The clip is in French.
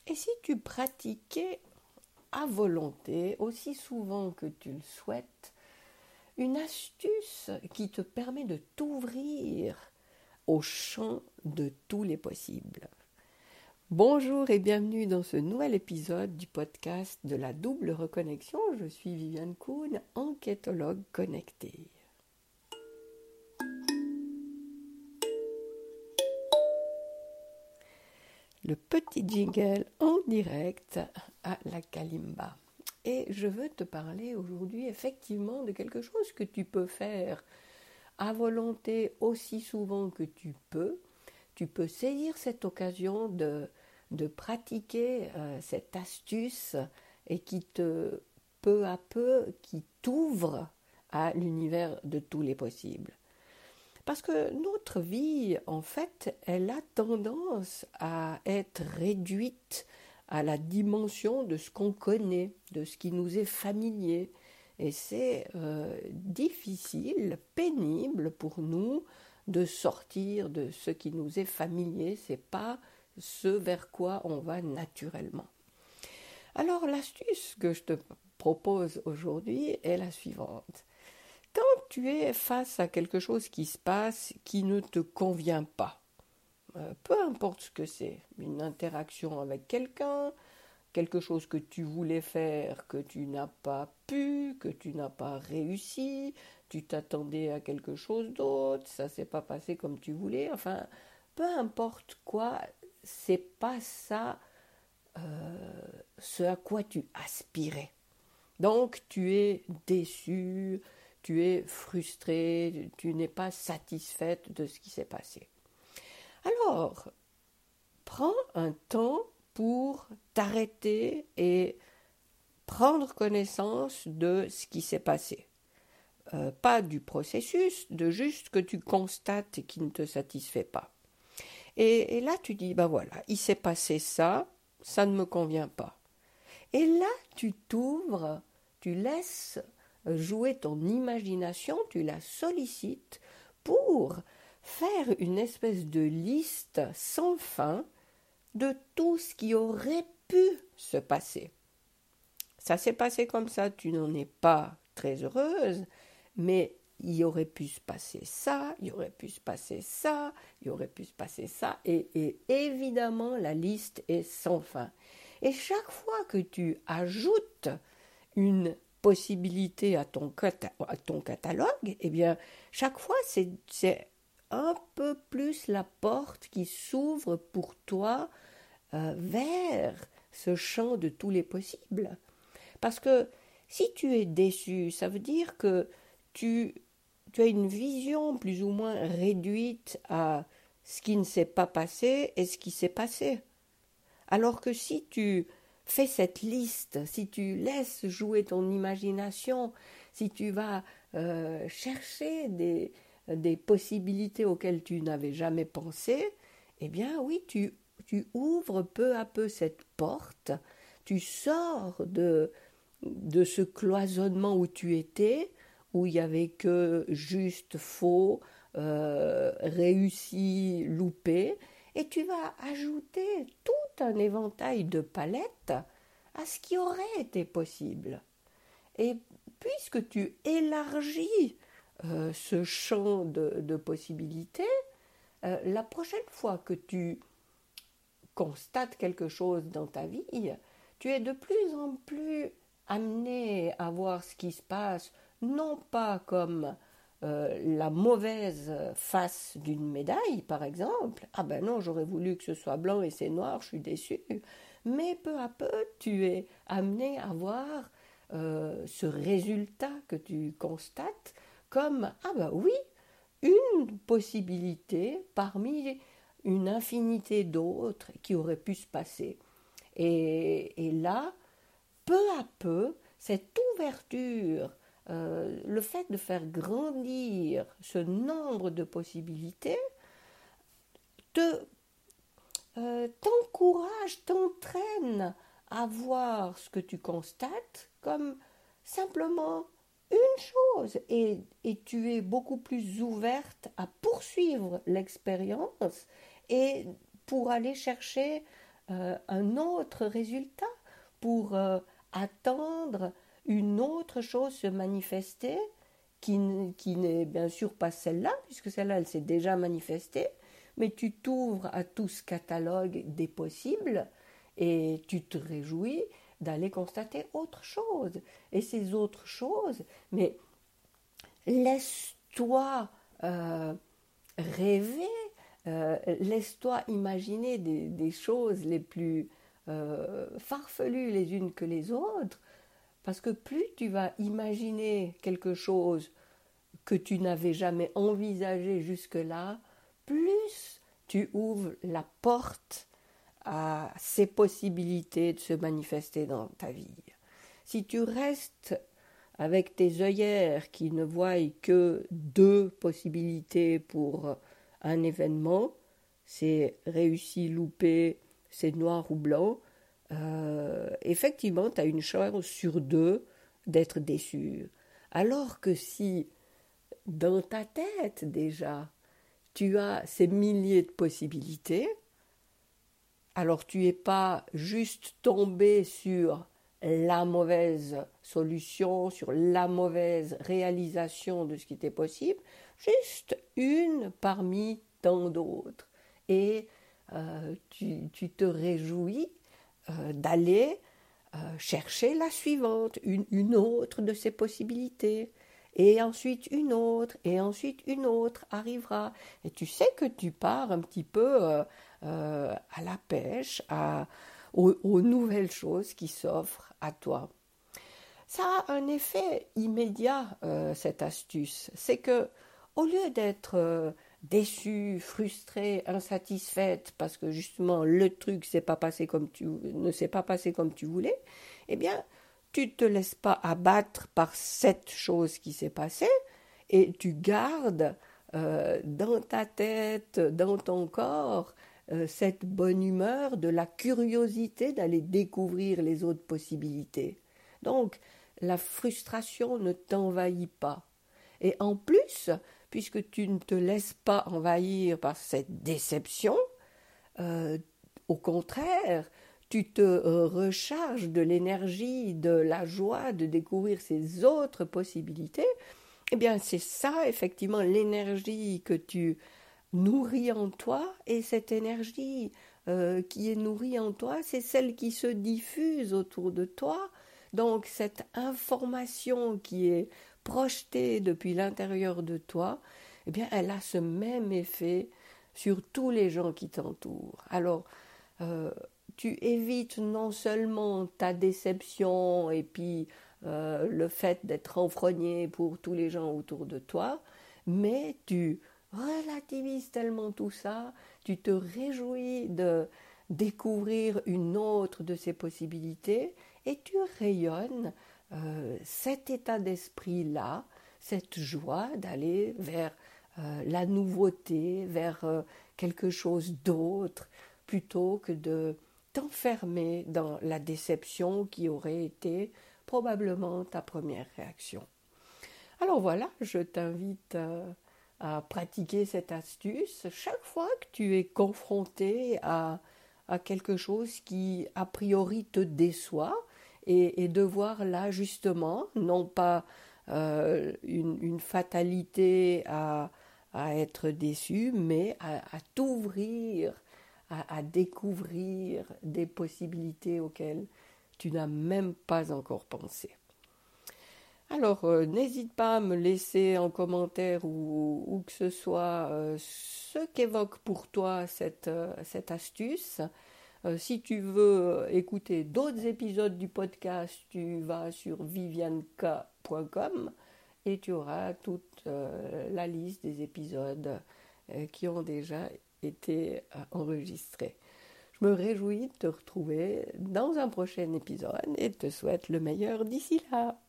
Et si tu pratiquais à volonté, aussi souvent que tu le souhaites, une astuce qui te permet de t'ouvrir au champ de tous les possibles. Bonjour et bienvenue dans ce nouvel épisode du podcast de la double reconnexion. Je suis Viviane Kuhn, enquêtologue connectée. Le petit jingle en direct à la kalimba. Et je veux te parler aujourd'hui effectivement de quelque chose que tu peux faire à volonté aussi souvent que tu peux. Tu peux saisir cette occasion de pratiquer cette astuce et qui te, peu à peu, qui t'ouvre à l'univers de tous les possibles. Parce que notre vie, en fait, elle a tendance à être réduite à la dimension de ce qu'on connaît, de ce qui nous est familier. Et c'est difficile, pénible pour nous de sortir de ce qui nous est familier. Ce n'est pas ce vers quoi on va naturellement. Alors l'astuce que je te propose aujourd'hui est la suivante. Quand tu es face à quelque chose qui se passe qui ne te convient pas, peu importe ce que c'est, une interaction avec quelqu'un, quelque chose que tu voulais faire, que tu n'as pas pu, que tu n'as pas réussi, tu t'attendais à quelque chose d'autre, ça ne s'est pas passé comme tu voulais, enfin, peu importe quoi, c'est pas ça ce à quoi tu aspirais. Donc tu es déçu, tu es frustré, tu n'es pas satisfaite de ce qui s'est passé. Alors, prends un temps pour t'arrêter et prendre connaissance de ce qui s'est passé. Pas du processus, de juste que tu constates et qui ne te satisfait pas. Et là, tu dis, ben voilà, il s'est passé ça, ça ne me convient pas. Et là, tu t'ouvres, tu laisses jouer ton imagination, tu la sollicites pour faire une espèce de liste sans fin de tout ce qui aurait pu se passer. Ça s'est passé comme ça, tu n'en es pas très heureuse, mais il y aurait pu se passer ça, il y aurait pu se passer ça, il y aurait pu se passer ça, et évidemment la liste est sans fin. Et chaque fois que tu ajoutes une possibilité à ton catalogue, eh bien, chaque fois, c'est un peu plus la porte qui s'ouvre pour toi vers ce champ de tous les possibles. Parce que si tu es déçu, ça veut dire que tu as une vision plus ou moins réduite à ce qui ne s'est pas passé et ce qui s'est passé. Alors que si tu fais cette liste, si tu laisses jouer ton imagination, si tu vas chercher des possibilités auxquelles tu n'avais jamais pensé, eh bien oui, tu ouvres peu à peu cette porte, tu sors de ce cloisonnement où tu étais, où il n'y avait que juste, faux, réussi, loupé, et tu vas ajouter tout un éventail de palettes à ce qui aurait été possible. Et puisque tu élargis ce champ de possibilités, la prochaine fois que tu constates quelque chose dans ta vie, tu es de plus en plus amené à voir ce qui se passe, non pas comme la mauvaise face d'une médaille, par exemple. Ah ben non, j'aurais voulu que ce soit blanc et c'est noir, je suis déçu. Mais peu à peu, tu es amené à voir ce résultat que tu constates comme, ah ben oui, une possibilité parmi une infinité d'autres qui auraient pu se passer. Et là, peu à peu, cette ouverture, le fait de faire grandir ce nombre de possibilités, t'encourage, t'entraîne à voir ce que tu constates comme simplement une chose et tu es beaucoup plus ouverte à poursuivre l'expérience et pour aller chercher un autre résultat, pour attendre une autre chose se manifester qui n'est bien sûr pas celle-là, puisque celle-là, elle s'est déjà manifestée, mais tu t'ouvres à tout ce catalogue des possibles et tu te réjouis d'aller constater autre chose. Et ces autres choses, mais laisse-toi rêver, laisse-toi imaginer des choses les plus farfelues les unes que les autres, parce que plus tu vas imaginer quelque chose que tu n'avais jamais envisagé jusque-là, plus tu ouvres la porte à ces possibilités de se manifester dans ta vie. Si tu restes avec tes œillères qui ne voient que deux possibilités pour un événement, c'est réussi, loupé, c'est noir ou blanc, effectivement, tu as une chance sur deux d'être déçu. Alors que si, dans ta tête déjà, tu as ces milliers de possibilités, alors tu n'es pas juste tombé sur la mauvaise solution, sur la mauvaise réalisation de ce qui était possible, juste une parmi tant d'autres. Et tu te réjouis d'aller chercher la suivante, une autre de ces possibilités. Et ensuite une autre, et ensuite une autre arrivera. Et tu sais que tu pars un petit peu à la pêche, aux nouvelles choses qui s'offrent à toi. Ça a un effet immédiat, cette astuce. C'est que, au lieu d'être déçue, frustrée, insatisfaite, parce que justement le truc ne s'est pas passé comme tu voulais, eh bien, tu ne te laisses pas abattre par cette chose qui s'est passée et tu gardes dans ta tête, dans ton corps, cette bonne humeur, de la curiosité d'aller découvrir les autres possibilités. Donc, la frustration ne t'envahit pas. Et en plus, puisque tu ne te laisses pas envahir par cette déception, au contraire, tu te recharges de l'énergie, de la joie de découvrir ces autres possibilités, eh bien c'est ça effectivement l'énergie que tu nourris en toi, et cette énergie qui est nourrie en toi, c'est celle qui se diffuse autour de toi. Donc cette information qui est projetée depuis l'intérieur de toi, eh bien elle a ce même effet sur tous les gens qui t'entourent. Alors, tu évites non seulement ta déception et puis le fait d'être renfrogné pour tous les gens autour de toi, mais tu relativises tellement tout ça, tu te réjouis de découvrir une autre de ces possibilités et tu rayonnes cet état d'esprit-là, cette joie d'aller vers la nouveauté, vers quelque chose d'autre, plutôt que de t'enfermer dans la déception qui aurait été probablement ta première réaction. Alors voilà, je t'invite à pratiquer cette astuce chaque fois que tu es confronté à quelque chose qui a priori te déçoit, et de voir là justement non pas une fatalité à être déçu, mais à t'ouvrir, à découvrir des possibilités auxquelles tu n'as même pas encore pensé. Alors, n'hésite pas à me laisser en commentaire ou que ce soit ce qu'évoque pour toi cette astuce. Si tu veux écouter d'autres épisodes du podcast, tu vas sur vivianka.com et tu auras toute la liste des épisodes qui ont déjà été enregistrés. Je me réjouis de te retrouver dans un prochain épisode et te souhaite le meilleur d'ici là.